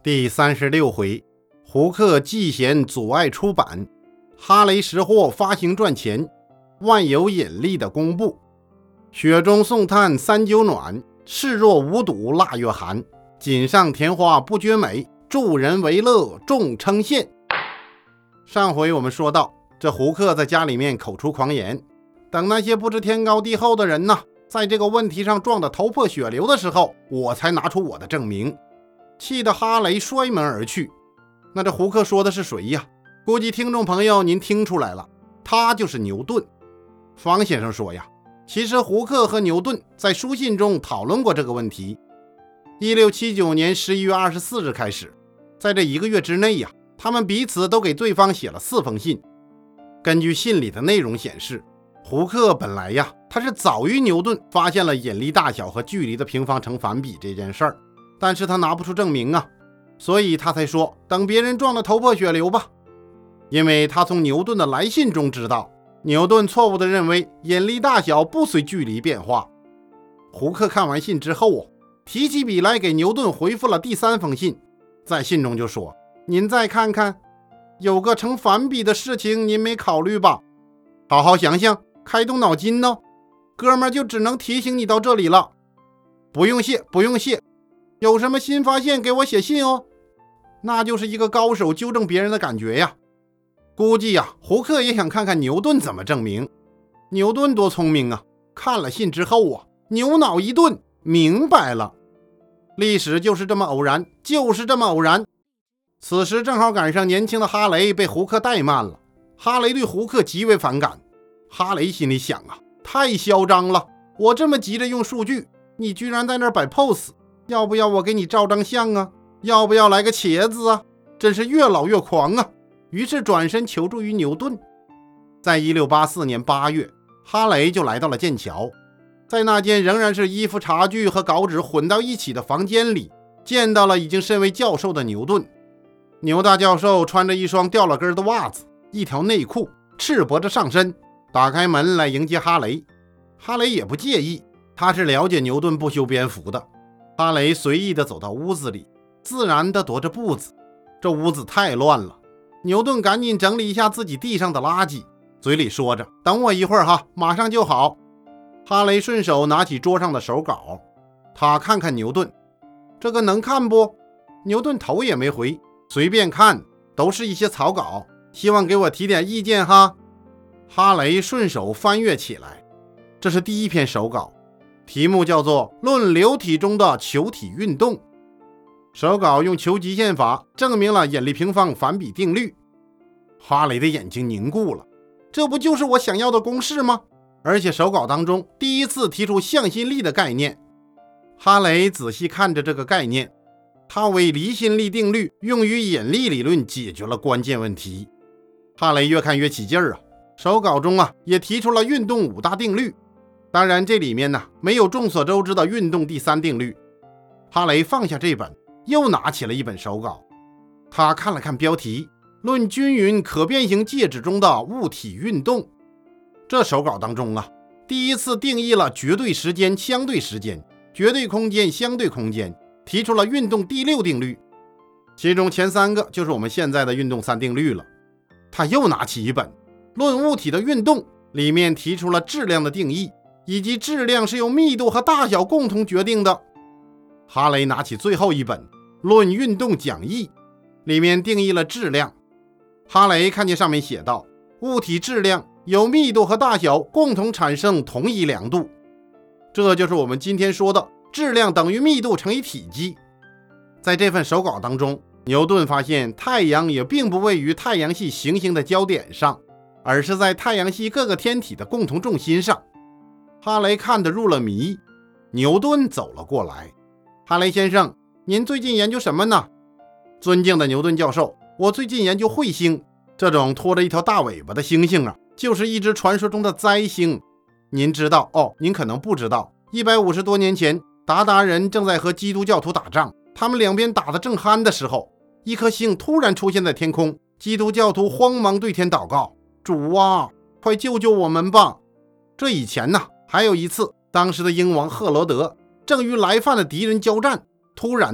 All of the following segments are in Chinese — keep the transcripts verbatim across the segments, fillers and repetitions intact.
第三十六回，胡克嫉贤阻碍出版，哈雷识货发行赚钱，万有引力的公布。雪中送炭三九暖，视若无睹腊月寒。锦上添花不觉美，助人为乐众称羡。上回我们说到，这胡克在家里面口出狂言，等那些不知天高地厚的人呢，在这个问题上撞得头破血流的时候，我才拿出我的证明，气得哈雷摔门而去。那这胡克说的是谁呀？估计听众朋友您听出来了，他就是牛顿。方先生说呀，其实胡克和牛顿在书信中讨论过这个问题。一六七九年十一月二十四日开始，在这一个月之内呀，他们彼此都给对方写了四封信。根据信里的内容显示，胡克本来呀，他是早于牛顿发现了引力大小和距离的平方成反比这件事儿，但是他拿不出证明啊，所以他才说等别人撞得头破血流吧。因为他从牛顿的来信中知道，牛顿错误地认为引力大小不随距离变化。胡克看完信之后啊，提起笔来给牛顿回复了第三封信，在信中就说，您再看看，有个成反比的事情您没考虑吧？好好想想，开动脑筋呢。哥们儿就只能提醒你到这里了。不用谢不用谢，有什么新发现给我写信哦。那就是一个高手纠正别人的感觉呀。估计呀，胡克也想看看牛顿怎么证明。牛顿多聪明啊，看了信之后啊，牛脑一顿，明白了。历史就是这么偶然，就是这么偶然。此时正好赶上年轻的哈雷被胡克怠慢了，哈雷对胡克极为反感。哈雷心里想啊，太嚣张了，我这么急着用数据，你居然在那儿摆 pose， 要不要我给你照张相啊？要不要来个茄子啊？真是越老越狂啊。于是转身求助于牛顿。在一六八四年八月，哈雷就来到了剑桥，在那间仍然是衣服茶具和稿纸混到一起的房间里，见到了已经身为教授的牛顿。牛大教授穿着一双掉了跟的袜子，一条内裤，赤膊着上身，打开门来迎接哈雷。哈雷也不介意，他是了解牛顿不修边幅的。哈雷随意地走到屋子里，自然地踱着步子。这屋子太乱了，牛顿赶紧整理一下自己地上的垃圾，嘴里说着，等我一会儿哈，马上就好。哈雷顺手拿起桌上的手稿，他看看牛顿，这个能看不？牛顿头也没回，随便看，都是一些草稿，希望给我提点意见哈。哈雷顺手翻阅起来，这是第一篇手稿，题目叫做《论流体中的球体运动》。手稿用求极限法证明了引力平方反比定律。哈雷的眼睛凝固了，这不就是我想要的公式吗？而且手稿当中第一次提出向心力的概念。哈雷仔细看着这个概念，他为离心力定律用于引力理论解决了关键问题。哈雷越看越起劲儿啊，手稿中啊也提出了运动五大定律，当然这里面呢没有众所周知的运动第三定律。哈雷放下这本，又拿起了一本手稿，他看了看标题，论均匀可变形介质中的物体运动。这手稿当中啊，第一次定义了绝对时间相对时间，绝对空间相对空间，提出了运动第六定律，其中前三个就是我们现在的运动三定律了。他又拿起一本论物体的运动，里面提出了质量的定义，以及质量是由密度和大小共同决定的。哈雷拿起最后一本论运动讲义，里面定义了质量。哈雷看见上面写道，物体质量由密度和大小共同产生同一量度，这就是我们今天说的质量等于密度乘以体积。在这份手稿当中，牛顿发现太阳也并不位于太阳系行星的焦点上，而是在太阳系各个天体的共同重心上。哈雷看得入了迷。牛顿走了过来，哈雷先生，您最近研究什么呢？尊敬的牛顿教授，我最近研究彗星，这种拖着一条大尾巴的星星啊，就是一只传说中的灾星。您知道哦，您可能不知道，一百五十多年前，鞑靼人正在和基督教徒打仗，他们两边打得正酣的时候，一颗星突然出现在天空，基督教徒慌忙对天祷告，主啊，快救救我们吧。这以前呢，还有一次，当时的英王赫罗德正与来犯的敌人交战，突然呢，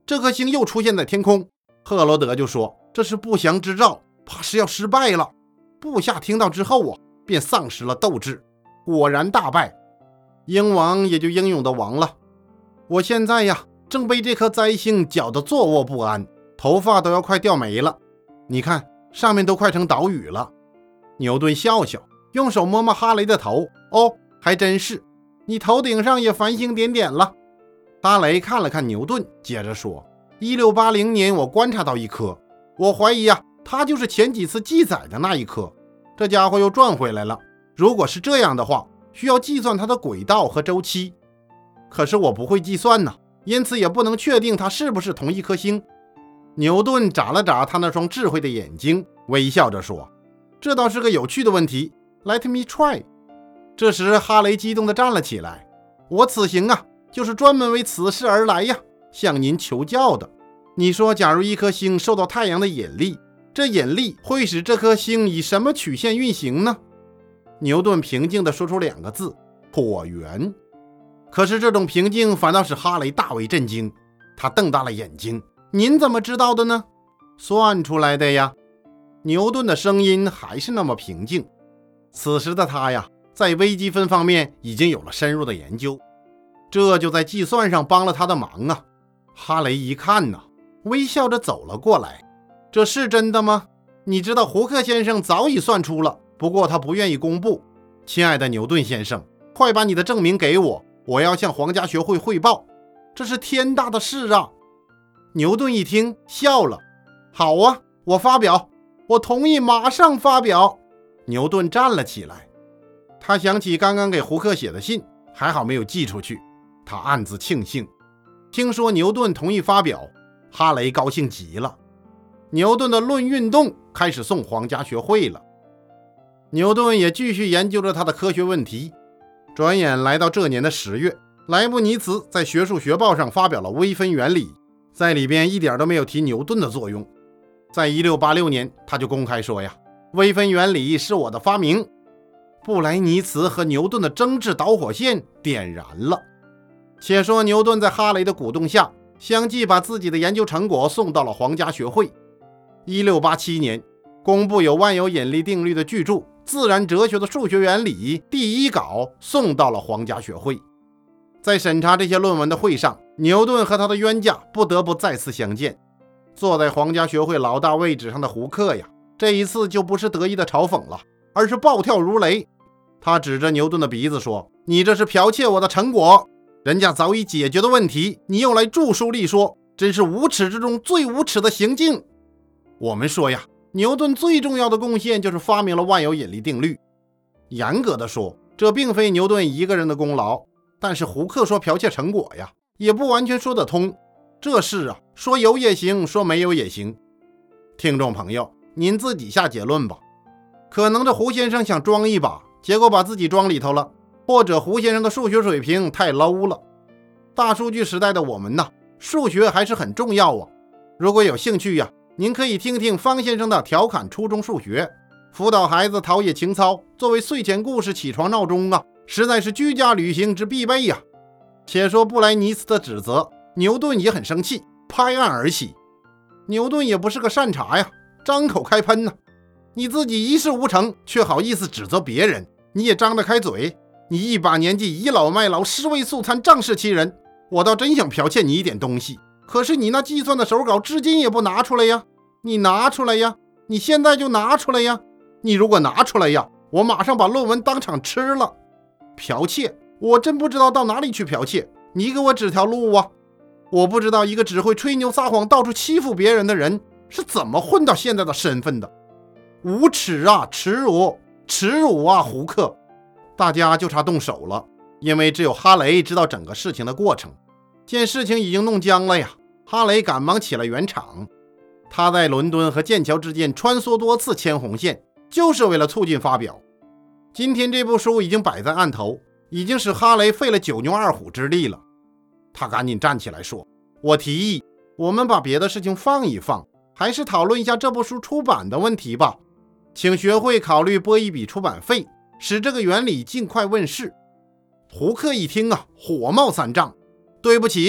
这颗星又出现在天空。赫罗德就说这是不祥之兆，怕是要失败了。部下听到之后啊，便丧失了斗志，果然大败，英王也就英勇的亡了。我现在呀，正被这颗灾星搅得坐卧不安，头发都要快掉没了。你看，上面都快成岛屿了。牛顿笑笑，用手摸摸哈雷的头，哦，还真是，你头顶上也繁星点点了。哈雷看了看牛顿，接着说，一六八零年我观察到一颗，我怀疑啊，它就是前几次记载的那一颗。这家伙又转回来了，如果是这样的话，需要计算它的轨道和周期。可是我不会计算呢，因此也不能确定它是不是同一颗星。牛顿眨了眨他那双智慧的眼睛，微笑着说，这倒是个有趣的问题， Let me try。 这时哈雷激动地站了起来，我此行啊，就是专门为此事而来呀，向您求教的。你说假如一颗星受到太阳的引力，这引力会使这颗星以什么曲线运行呢？牛顿平静地说出两个字，椭圆。可是这种平静反倒使哈雷大为震惊，他瞪大了眼睛，您怎么知道的呢？算出来的呀。牛顿的声音还是那么平静。此时的他呀，在微积分方面已经有了深入的研究，这就在计算上帮了他的忙啊。哈雷一看呢，微笑着走了过来，这是真的吗？你知道胡克先生早已算出了，不过他不愿意公布。亲爱的牛顿先生，快把你的证明给我，我要向皇家学会汇报，这是天大的事啊。牛顿一听笑了，好啊，我发表，我同意马上发表。牛顿站了起来，他想起刚刚给胡克写的信，还好没有寄出去，他暗自庆幸。听说牛顿同意发表，哈雷高兴极了。牛顿的论运动开始送皇家学会了。牛顿也继续研究着他的科学问题。转眼来到这年的十月，莱布尼茨在学术学报上发表了微分原理，在里边一点都没有提牛顿的作用。在一六八六年，他就公开说呀，微分原理是我的发明。布莱尼茨和牛顿的争执导火线点燃了。且说牛顿在哈雷的鼓动下，相继把自己的研究成果送到了皇家学会。一六八七年，公布有万有引力定律的巨著《自然哲学的数学原理》第一稿送到了皇家学会。在审查这些论文的会上，牛顿和他的冤家不得不再次相见。坐在皇家学会老大位置上的胡克呀，这一次就不是得意的嘲讽了，而是暴跳如雷。他指着牛顿的鼻子说，你这是剽窃我的成果，人家早已解决的问题，你用来著书立说，真是无耻之中最无耻的行径。我们说呀，牛顿最重要的贡献就是发明了万有引力定律。严格的说，这并非牛顿一个人的功劳，但是胡克说剽窃成果呀，也不完全说得通。这事啊，说有也行，说没有也行。听众朋友，您自己下结论吧。可能这胡先生想装一把，结果把自己装里头了，或者胡先生的数学水平太 low 了。大数据时代的我们呢，数学还是很重要啊。如果有兴趣呀，您可以听听方先生的调侃初中数学，辅导孩子陶冶情操，作为睡前故事起床闹钟啊，实在是居家旅行之必备呀。且说布莱尼茨的指责，牛顿也很生气，拍案而起。牛顿也不是个善茬呀，张口开喷呢、啊。你自己一事无成，却好意思指责别人，你也张得开嘴？你一把年纪倚老卖老，尸位素餐，仗势欺人。我倒真想剽窃你一点东西，可是你那计算的手稿至今也不拿出来呀！你拿出来呀！你现在就拿出来呀！你如果拿出来呀，我马上把论文当场吃了。剽窃？我真不知道到哪里去剽窃，你给我指条路啊！我不知道一个只会吹牛撒谎、到处欺负别人的人是怎么混到现在的身份的。无耻啊，耻辱，耻辱啊，胡克！大家就差动手了，因为只有哈雷知道整个事情的过程。见事情已经弄僵了呀，哈雷赶忙起了圆场。他在伦敦和剑桥之间穿梭多次，牵红线，就是为了促进发表。今天这部书已经摆在案头，已经使哈雷费了九牛二虎之力了。他赶紧站起来说，我提议我们把别的事情放一放，还是讨论一下这部书出版的问题吧。请学会考虑拨一笔出版费，使这个原理尽快问世。胡克一听啊，火冒三丈。对不起，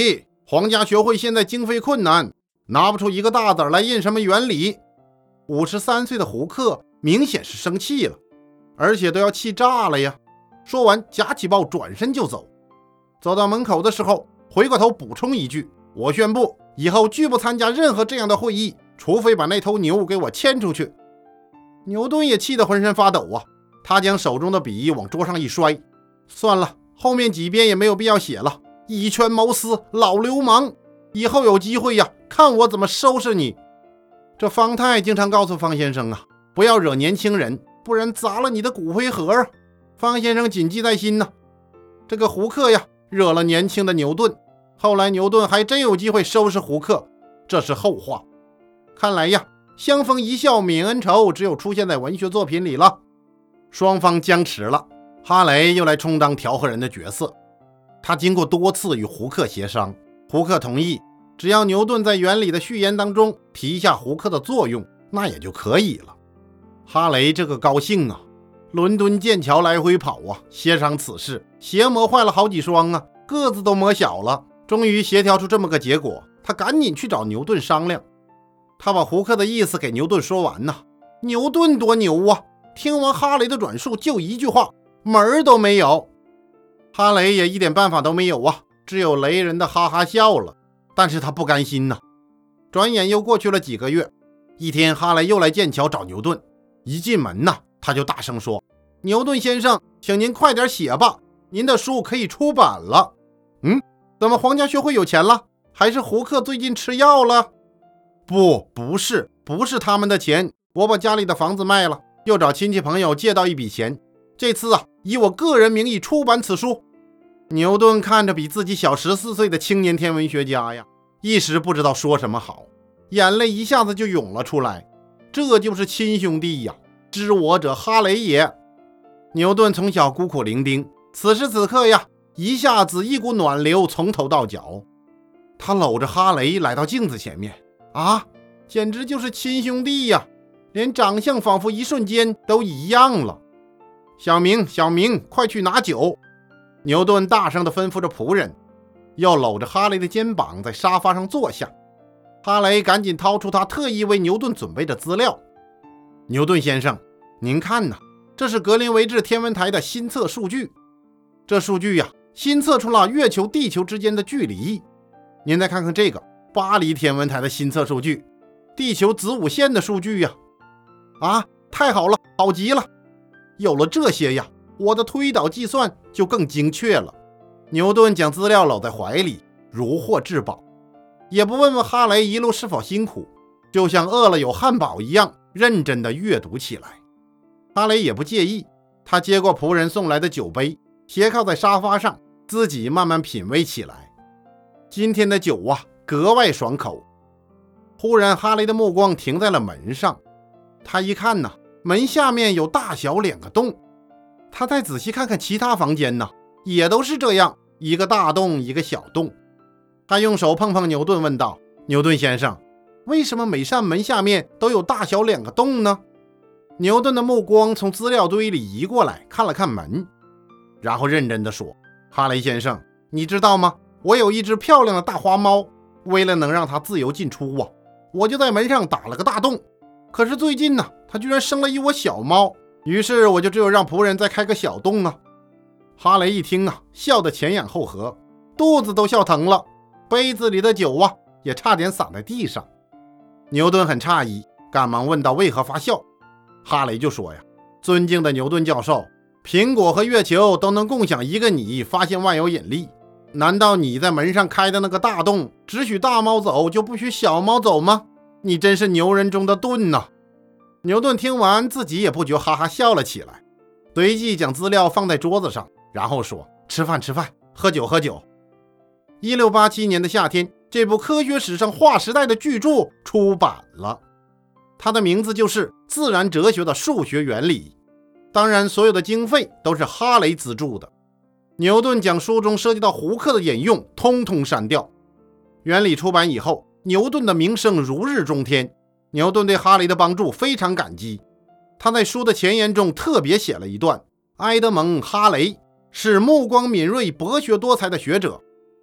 皇家学会现在经费困难，拿不出一个大子来印什么原理。五十三岁的胡克明显是生气了，而且都要气炸了呀。说完夹起包转身就走，走到门口的时候回过头补充一句，我宣布以后拒不参加任何这样的会议，除非把那头牛给我牵出去。牛顿也气得浑身发抖啊，他将手中的笔往桌上一摔，算了，后面几遍也没有必要写了，以权谋私，老流氓，以后有机会呀，看我怎么收拾你。这方太经常告诉方先生啊，不要惹年轻人，不然砸了你的骨灰盒啊。方先生谨记在心呢。这个胡克呀，惹了年轻的牛顿，后来牛顿还真有机会收拾胡克，这是后话。看来呀，相逢一笑泯恩仇只有出现在文学作品里了。双方僵持了，哈雷又来充当调和人的角色。他经过多次与胡克协商，胡克同意，只要牛顿在原理的序言当中提一下胡克的作用，那也就可以了。哈雷这个高兴啊，伦敦剑桥来回跑啊，协商此事，鞋磨坏了好几双啊，个子都磨小了，终于协调出这么个结果。他赶紧去找牛顿商量，他把胡克的意思给牛顿说完呢。牛顿多牛啊，听完哈雷的转述就一句话，门儿都没有。哈雷也一点办法都没有啊，只有雷人的哈哈笑了。但是他不甘心呢。转眼又过去了几个月，一天哈雷又来剑桥找牛顿，一进门呢，他就大声说，牛顿先生，请您快点写吧，您的书可以出版了。嗯，怎么皇家学会有钱了？还是胡克最近吃药了？不，不是，不是他们的钱，我把家里的房子卖了，又找亲戚朋友借到一笔钱，这次啊，以我个人名义出版此书。牛顿看着比自己小十四岁的青年天文学家呀，一时不知道说什么好，眼泪一下子就涌了出来。这就是亲兄弟呀，知我者哈雷也。牛顿从小孤苦伶仃，此时此刻呀，一下子一股暖流从头到脚。他搂着哈雷来到镜子前面，啊，简直就是亲兄弟呀，连长相仿佛一瞬间都一样了。小明，小明，快去拿酒。牛顿大声地吩咐着仆人，又搂着哈雷的肩膀在沙发上坐下。哈雷赶紧掏出他特意为牛顿准备的资料。牛顿先生，您看呐，这是格林维治天文台的新测数据。这数据呀，新测出了月球地球之间的距离。您再看看这个巴黎天文台的新测数据，地球子午线的数据呀。啊，太好了，好极了。有了这些呀，我的推导计算就更精确了。牛顿将资料搂在怀里，如获至宝，也不问问哈雷一路是否辛苦，就像饿了有汉堡一样认真地阅读起来。哈雷也不介意，他接过仆人送来的酒杯，斜靠在沙发上，自己慢慢品味起来。今天的酒啊，格外爽口。忽然哈雷的目光停在了门上，他一看呢，门下面有大小两个洞。他再仔细看看其他房间呢，也都是这样，一个大洞一个小洞。他用手碰碰牛顿问道，牛顿先生，为什么每扇门下面都有大小两个洞呢？牛顿的目光从资料堆里移过来，看了看门，然后认真地说，哈雷先生，你知道吗，我有一只漂亮的大花猫，为了能让它自由进出啊，我就在门上打了个大洞。可是最近呢，它居然生了一窝小猫，于是我就只有让仆人再开个小洞啊。哈雷一听啊，笑得前仰后合，肚子都笑疼了，杯子里的酒啊也差点洒在地上。牛顿很诧异，赶忙问道为何发笑。哈雷就说呀，尊敬的牛顿教授，苹果和月球都能共享一个你发现万有引力，难道你在门上开的那个大洞只许大猫走就不许小猫走吗？你真是牛人中的钝呐。牛顿听完自己也不觉哈哈笑了起来，随即将资料放在桌子上，然后说，吃饭吃饭，喝酒喝酒。一六八七年的夏天，这部科学史上划时代的巨著出版了，它的名字就是《自然哲学的数学原理》。当然所有的经费都是哈雷资助的，牛顿将书中涉及到胡克的引用通通删掉。原理出版以后，牛顿的名声如日中天，牛顿对哈雷的帮助非常感激。他在书的前言中特别写了一段，埃德蒙·哈雷是目光敏锐博学多才的学者，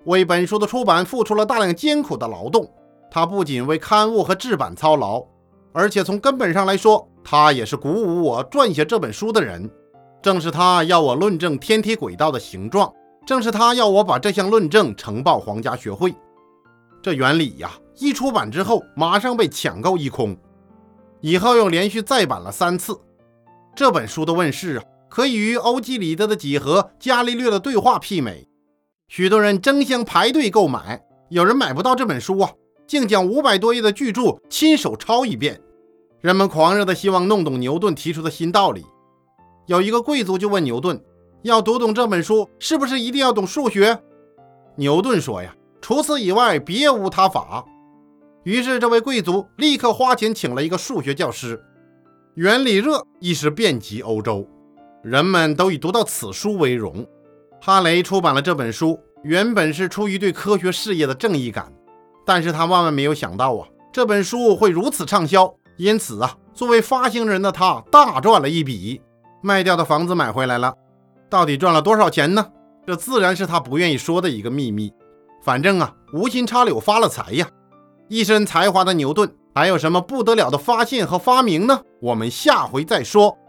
为本书的出版付出了大量艰苦的劳动。他不仅为刊物和制版操劳，而且从根本上来说，他也是鼓舞我撰写这本书的人。正是他要我论证天体轨道的形状，正是他要我把这项论证呈报皇家学会。这原理呀，一出版之后马上被抢购一空，以后又连续再版了三次。这本书的问世啊，可以与欧几里得的几何、伽利略的对话媲美。许多人争相排队购买，有人买不到这本书啊，竟将五百多页的巨著亲手抄一遍。人们狂热地希望弄懂牛顿提出的新道理。有一个贵族就问牛顿，要读懂这本书是不是一定要懂数学？牛顿说呀，除此以外别无他法。于是这位贵族立刻花钱请了一个数学教师。原理热一时遍及欧洲，人们都以读到此书为荣。哈雷出版了这本书，原本是出于对科学事业的正义感，但是他万万没有想到啊，这本书会如此畅销。因此啊，作为发行人的他大赚了一笔，卖掉的房子买回来了。到底赚了多少钱呢？这自然是他不愿意说的一个秘密。反正啊，无心插柳发了财呀。一身才华的牛顿还有什么不得了的发现和发明呢？我们下回再说。